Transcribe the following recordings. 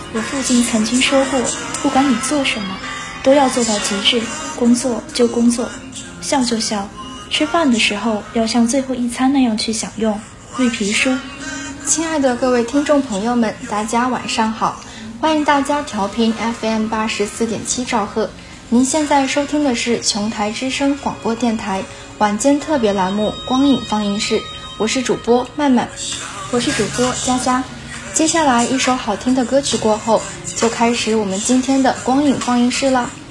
我父亲曾经说过，不管你做什么，都要做到极致，工作就工作，笑就笑，吃饭的时候要像最后一餐那样去享用。绿皮书。 亲爱的各位听众朋友们，大家晚上好，欢迎大家调频 FM84.7兆赫。您现在收听的是琼台之声广播电台晚间特别栏目光影放映室，我是主播曼曼， 我是主播佳佳。 接下来一首好听的歌曲过后，就开始我们今天的光影放映室啦。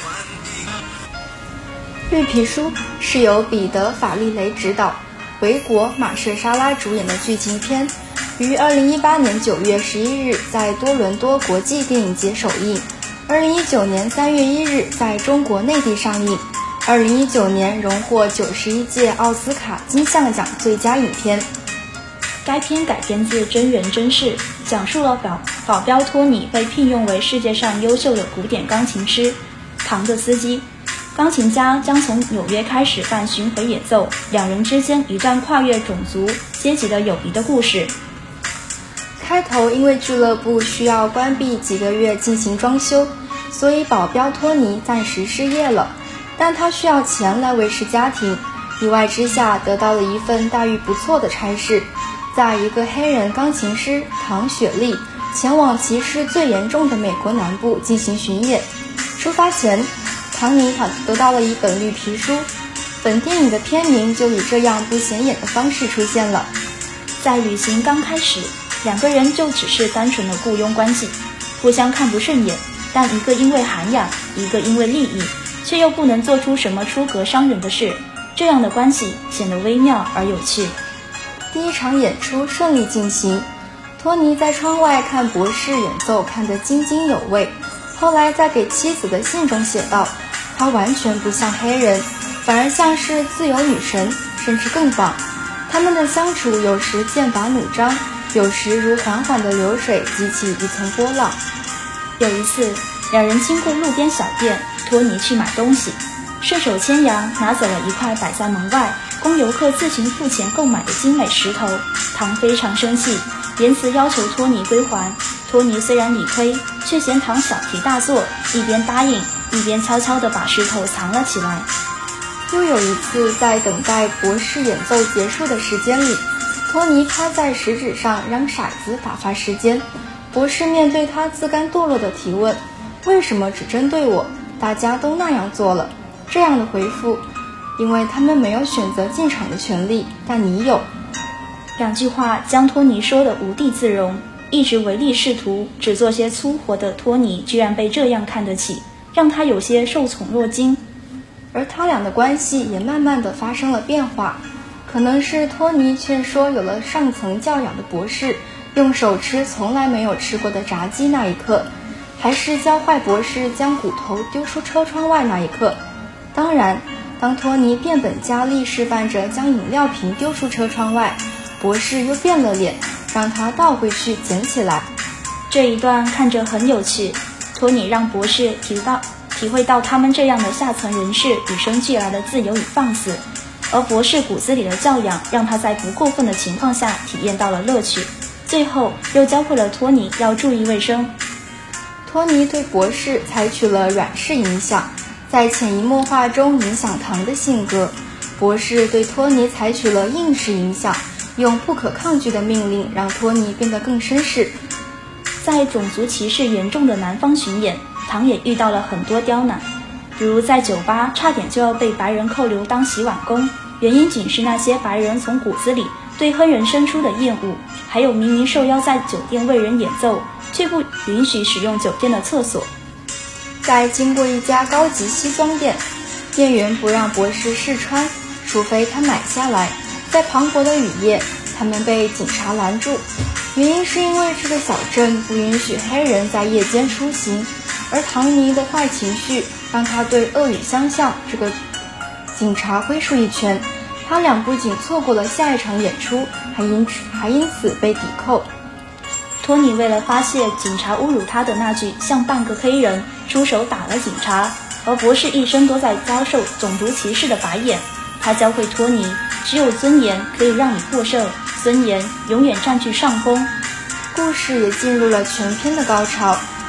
绿皮书是由彼得·法利雷执导，维国·马舍沙拉主演的剧情片，于2018年9月11日在多伦多国际电影节首映，2019年3月1日在中国内地上映，2019年荣获91届奥斯卡金像奖最佳影片。 该片改编自真人真事，讲述了保镖托尼被聘用为世界上优秀的古典钢琴师唐的司机，钢琴家将从纽约开始办巡回演奏，两人之间一段跨越种族、阶级的友谊的故事。 开头因为俱乐部需要关闭几个月进行装修，所以保镖托尼暂时失业了，但他需要钱来维持家庭，意外之下得到了一份待遇不错的差事，在一个黑人钢琴师唐雪莉前往歧视最严重的美国南部进行巡演。出发前，唐尼得到了一本绿皮书，本电影的片名就以这样不显眼的方式出现了。 在旅行刚开始，两个人就只是单纯的雇佣关系，互相看不顺眼，但一个因为涵养，一个因为利益，却又不能做出什么出格伤人的事，这样的关系显得微妙而有趣。 第一场演出顺利进行，托尼在窗外看博士演奏看得津津有味，后来在给妻子的信中写道，他完全不像黑人，反而像是自由女神，甚至更棒。他们的相处有时剑拔弩张，有时如缓缓的流水激起一层波浪。 有一次，两人经过路边小店，托尼去买东西，顺手牵羊拿走了一块摆在门外供游客自行付钱购买的精美石头。唐非常生气，言辞要求托尼归还。托尼虽然理亏，却嫌唐小题大做，一边答应，一边悄悄地把石头藏了起来。 又有一次，在等待博士演奏结束的时间里，托尼趴在食指上让骰子打发时间。博士面对他自甘堕落的提问，为什么只针对我？大家都那样做了。这样的回复，因为他们没有选择进场的权利，但你有。 两句话将托尼说得无地自容，一直唯利是图，只做些粗活的托尼居然被这样看得起，让他有些受宠若惊。 而他俩的关系也慢慢的发生了变化，可能是托尼劝说有了上层教养的博士用手吃从来没有吃过的炸鸡那一刻，还是教坏博士将骨头丢出车窗外那一刻。当然，当托尼变本加厉示范着将饮料瓶丢出车窗外，博士又变了脸，让他倒回去捡起来。 这一段看着很有趣，托尼让博士体会到他们这样的下层人士与生俱来的自由与放肆，而博士骨子里的教养让他在不过分的情况下体验到了乐趣，最后又教会了托尼要注意卫生。 托尼对博士采取了软式影响，在潜移默化中影响唐的性格。博士对托尼采取了硬式影响，用不可抗拒的命令让托尼变得更绅士。 在种族歧视严重的南方巡演，唐也遇到了很多刁难，比如在酒吧差点就要被白人扣留当洗碗工，原因仅是那些白人从骨子里对黑人生出的厌恶，还有明明受邀在酒店为人演奏，却不允许使用酒店的厕所。 在经过一家高级西装店，店员不让博士试穿，除非他买下来。在磅礴的雨夜，他们被警察拦住，原因是因为这个小镇不允许黑人在夜间出行，而唐尼的坏情绪让他对恶语相向，这个警察挥出一拳，他俩不仅错过了下一场演出，还因此被抵扣。 托尼为了发泄警察侮辱他的那句像半个黑人，出手打了警察，而博士一生都在遭受种族歧视的白眼。他教会托尼，只有尊严可以让你获胜，尊严永远占据上风。 故事也进入了全片的高潮，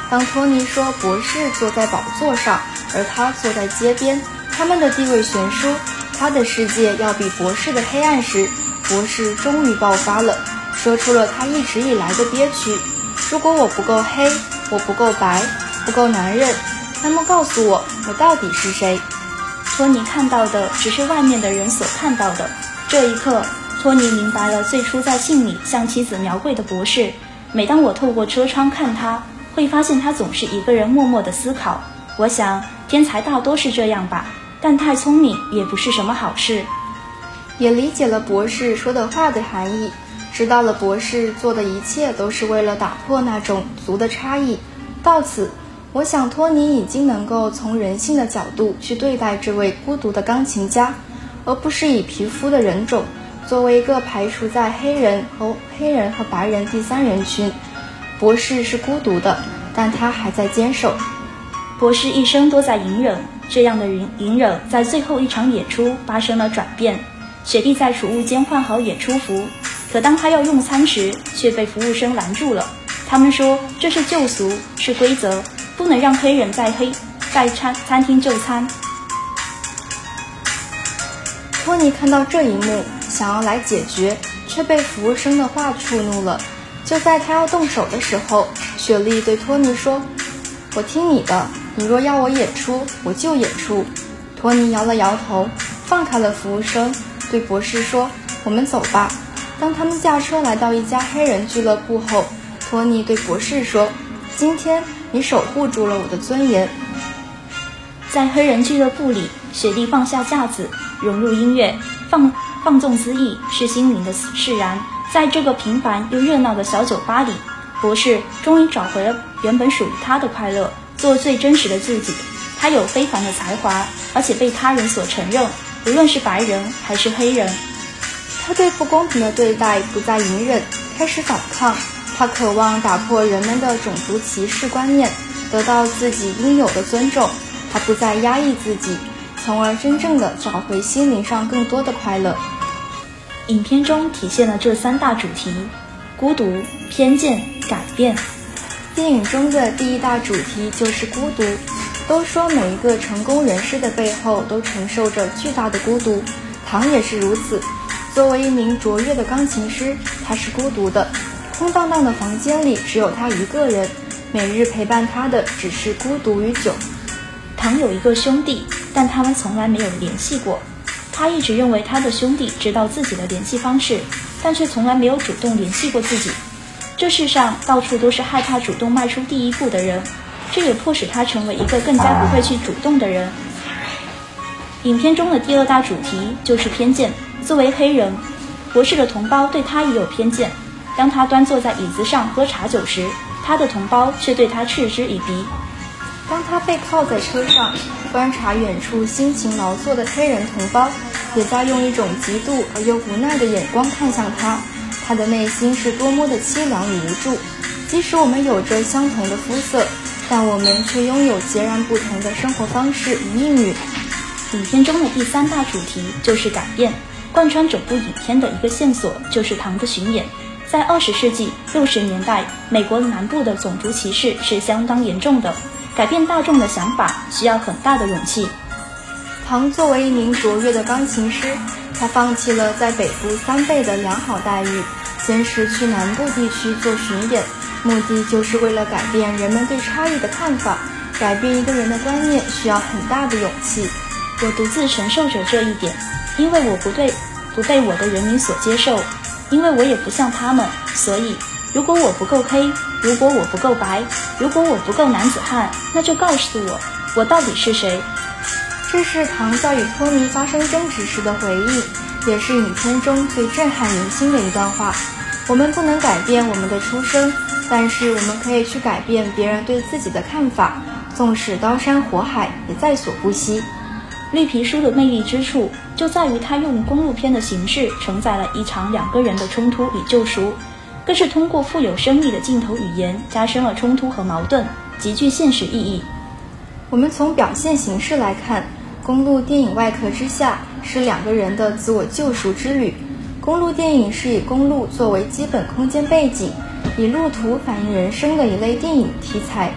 当托尼说博士坐在宝座上，而他坐在街边，他们的地位悬殊，他的世界要比博士的黑暗时，博士终于爆发了，说出了他一直以来的憋屈：如果我不够黑，我不够白，不够男人，那么告诉我，我到底是谁？ 托尼看到的只是外面的人所看到的。这一刻，托尼明白了最初在信里向妻子描绘的博士。每当我透过车窗看他，会发现他总是一个人默默地思考。我想，天才大多是这样吧，但太聪明也不是什么好事。 也理解了博士说的话的含义，知道了博士做的一切都是为了打破那种族的差异。到此，我想托尼已经能够从人性的角度去对待这位孤独的钢琴家，而不是以皮肤的人种作为一个排除在黑人和白人第三人群。博士是孤独的，但他还在坚守。 博士一生都在隐忍，这样的隐忍在最后一场演出发生了转变。雪莉在储物间换好演出服，可当他要用餐时，却被服务生拦住了。他们说这是旧俗，是规则，不能让黑人在餐厅就餐。 托尼看到这一幕，想要来解决，却被服务生的话触怒了。就在他要动手的时候，雪莉对托尼说：我听你的，你若要我演出，我就演出。托尼摇了摇头，放开了服务生，对博士说：我们走吧。当他们驾车来到一家黑人俱乐部后，托尼对博士说：今天你守护住了我的尊严。 在黑人俱乐部里，雪莉放下架子，融入音乐，放纵恣意，是心灵的释然。在这个平凡又热闹的小酒吧里，博士终于找回了原本属于他的快乐，做最真实的自己。他有非凡的才华，而且被他人所承认，无论是白人还是黑人。 他对不公平的对待不再隐忍，开始反抗。他渴望打破人们的种族歧视观念，得到自己应有的尊重。他不再压抑自己，从而真正的找回心灵上更多的快乐。 影片中体现了这三大主题：孤独、偏见、改变。 电影中的第一大主题就是孤独。都说每一个成功人士的背后都承受着巨大的孤独，唐也是如此。作为一名卓越的钢琴师，他是孤独的。空荡荡的房间里只有他一个人，每日陪伴他的只是孤独与酒。 唐有一个兄弟，但他们从来没有联系过。他一直认为他的兄弟知道自己的联系方式，但却从来没有主动联系过自己。这世上到处都是害怕主动迈出第一步的人，这也迫使他成为一个更加不会去主动的人。影片中的第二大主题就是偏见。作为黑人，博士的同胞对他也有偏见。当他端坐在椅子上喝茶酒时，他的同胞却对他嗤之以鼻。 当他背靠在车上，观察远处辛勤劳作的黑人同胞，也在用一种极度而又无奈的眼光看向他。他的内心是多么的凄凉与无助。即使我们有着相同的肤色，但我们却拥有截然不同的生活方式与命运。 影片中的第三大主题就是改变。贯穿整部影片的一个线索就是唐的巡演。在20世纪60年代，美国南部的种族歧视是相当严重的，改变大众的想法需要很大的勇气。 唐作为一名卓越的钢琴师，他放弃了在北部3倍的良好待遇，坚持去南部地区做巡演，目的就是为了改变人们对差异的看法。改变一个人的观念需要很大的勇气。 我独自承受着这一点，因为我不被我的人民所接受，因为我也不像他们，所以如果我不够黑，如果我不够白，如果我不够男子汉，那就告诉我，我到底是谁。 这是唐在与托尼发生争执时的回忆，也是影片中最震撼人心的一段话。我们不能改变我们的出生，但是我们可以去改变别人对自己的看法，纵使刀山火海也在所不惜。 绿皮书的魅力之处就在于它用公路片的形式承载了一场2个人的冲突与救赎，更是通过富有生力的镜头语言加深了冲突和矛盾，极具现实意义。 我们从表现形式来看，公路电影外壳之下是2个人的自我救赎之旅。公路电影是以公路作为基本空间背景，以路途反映人生的一类电影题材。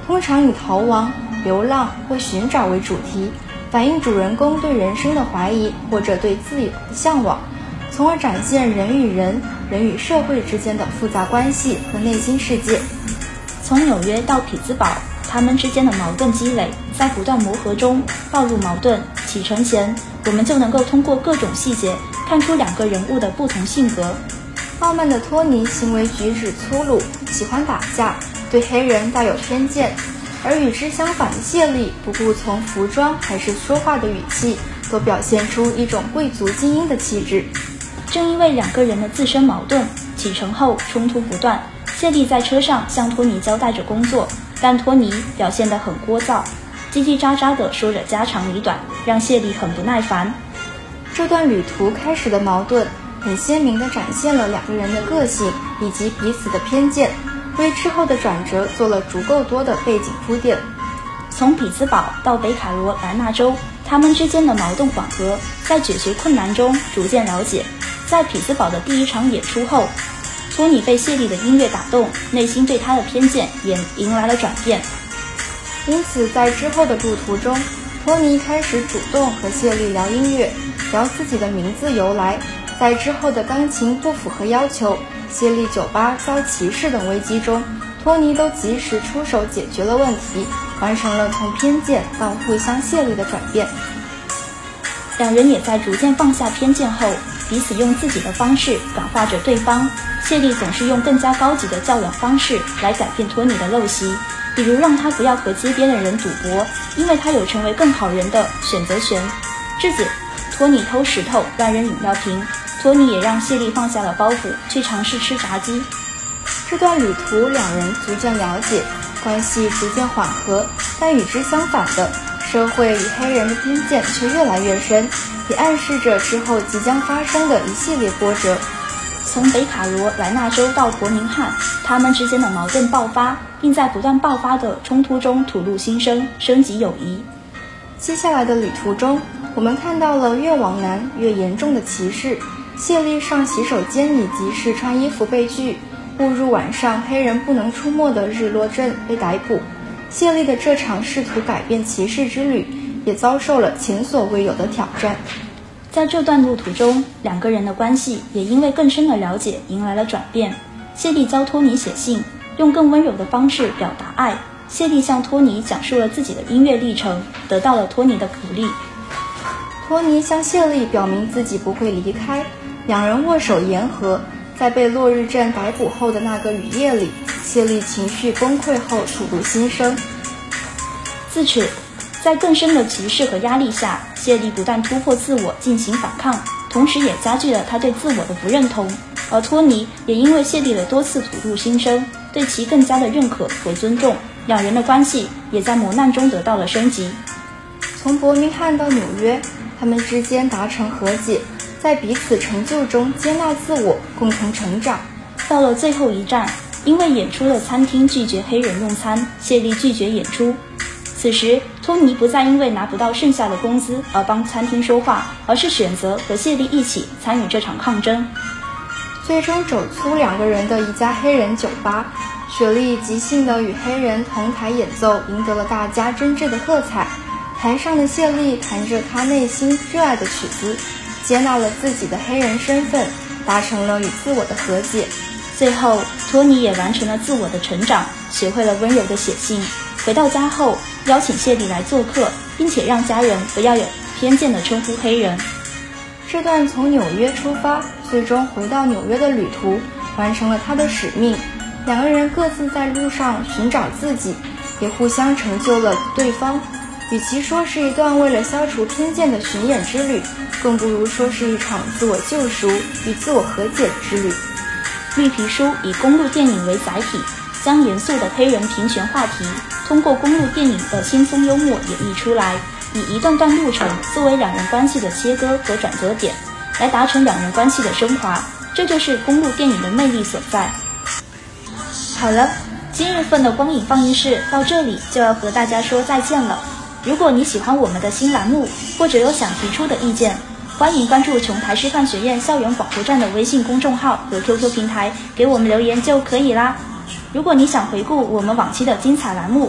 通常以逃亡、流浪或寻找为主题，反映主人公对人生的怀疑或者对自由的向往，从而展现人与人、人与社会之间的复杂关系和内心世界。 从纽约到匹兹堡，他们之间的矛盾积累，在不断磨合中暴露矛盾。启程前，我们就能够通过各种细节看出两个人物的不同性格。 傲慢的托尼行为举止粗鲁，喜欢打架，对黑人带有偏见，而与之相反的谢利，不顾从服装还是说话的语气，都表现出一种贵族精英的气质。 正因为两个人的自身矛盾，启程后冲突不断。谢利在车上向托尼交代着工作，但托尼表现得很聒噪，叽叽喳喳地说着家长里短，让谢利很不耐烦。 这段旅途开始的矛盾，很鲜明地展现了两个人的个性以及彼此的偏见，为之后的转折做了足够多的背景铺垫。 从匹兹堡到北卡罗来纳州，他们之间的矛盾缓和，在解决困难中逐渐了解。在匹兹堡的第一场演出后，托尼被谢利的音乐打动，内心对他的偏见也迎来了转变。 因此在之后的路途中，托尼开始主动和谢利聊音乐，聊自己的名字由来。在之后的钢琴不符合要求、谢利酒吧遭歧视等危机中，托尼都及时出手解决了问题，完成了从偏见到互相谢利的转变。 两人也在逐渐放下偏见后，彼此用自己的方式感化着对方。谢利总是用更加高级的教养方式来改变托尼的陋习，比如让他不要和街边的人赌博，因为他有成为更好人的选择权。日子，托尼偷石头乱扔饮料瓶，托尼也让谢利放下了包袱，去尝试吃炸鸡。 这段旅途，两人逐渐了解，关系逐渐缓和，但与之相反的，社会与黑人的偏见却越来越深，也暗示着之后即将发生的一系列波折。 从北卡罗来纳州到伯明翰，他们之间的矛盾爆发，并在不断爆发的冲突中吐露心声，升级友谊。 接下来的旅途中，我们看到了越往南越严重的歧视。谢利上洗手间以及试穿衣服被拒，误入晚上黑人不能出没的日落镇被逮捕。谢利的这场试图改变歧视之旅，也遭受了前所未有的挑战。 在这段路途中，两个人的关系也因为更深的了解迎来了转变。谢利教托尼写信，用更温柔的方式表达爱。谢利向托尼讲述了自己的音乐历程，得到了托尼的鼓励。 托尼向谢利表明自己不会离开，两人握手言和。在被落日镇逮捕后的那个雨夜里，谢利情绪崩溃后吐露心声。 自此，在更深的歧视和压力下，谢利不断突破自我进行反抗，同时也加剧了他对自我的不认同。而托尼也因为谢利的多次吐露心声，对其更加的认可和尊重，两人的关系也在磨难中得到了升级。 从伯明翰到纽约，他们之间达成和解，在彼此成就中接纳自我，共同成长。 到了最后一站，因为演出的餐厅拒绝黑人用餐，谢利拒绝演出。此时，托尼不再因为拿不到剩下的工资而帮餐厅说话，而是选择和谢利一起参与这场抗争。 最终走出两个人的一家黑人酒吧，雪莉即兴地与黑人同台演奏，赢得了大家真挚的喝彩。台上的谢利弹着他内心热爱的曲子，接纳了自己的黑人身份，达成了与自我的和解。 最后，托尼也完成了自我的成长，学会了温柔的写信。回到家后，邀请谢利来做客，并且让家人不要有偏见地称呼黑人。 这段从纽约出发，最终回到纽约的旅途，完成了他的使命。两个人各自在路上寻找自己，也互相成就了对方。与其说是一段为了消除偏见的巡演之旅，更不如说是一场自我救赎与自我和解之旅。 绿皮书以公路电影为载体，将严肃的黑人平权话题通过公路电影的轻松幽默演绎出来，以一段段路程作为两人关系的切割和转折点，来达成两人关系的升华。这就是公路电影的魅力所在。好了，今日份的光影放映室到这里就要和大家说再见了。如果你喜欢我们的新栏目，或者有想提出的意见，欢迎关注琼台师范学院校园广播站的微信公众号和 QQ 平台，给我们留言就可以啦。如果你想回顾我们往期的精彩栏目，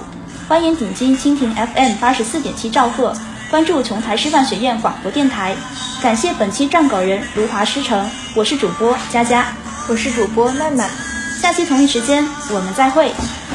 欢迎点击蜻蜓 FM 84.7兆赫，关注琼台师范学院广播电台。感谢本期撰稿人如华师承，我是主播佳佳， 我是主播曼曼。 下期同一时间我们再会。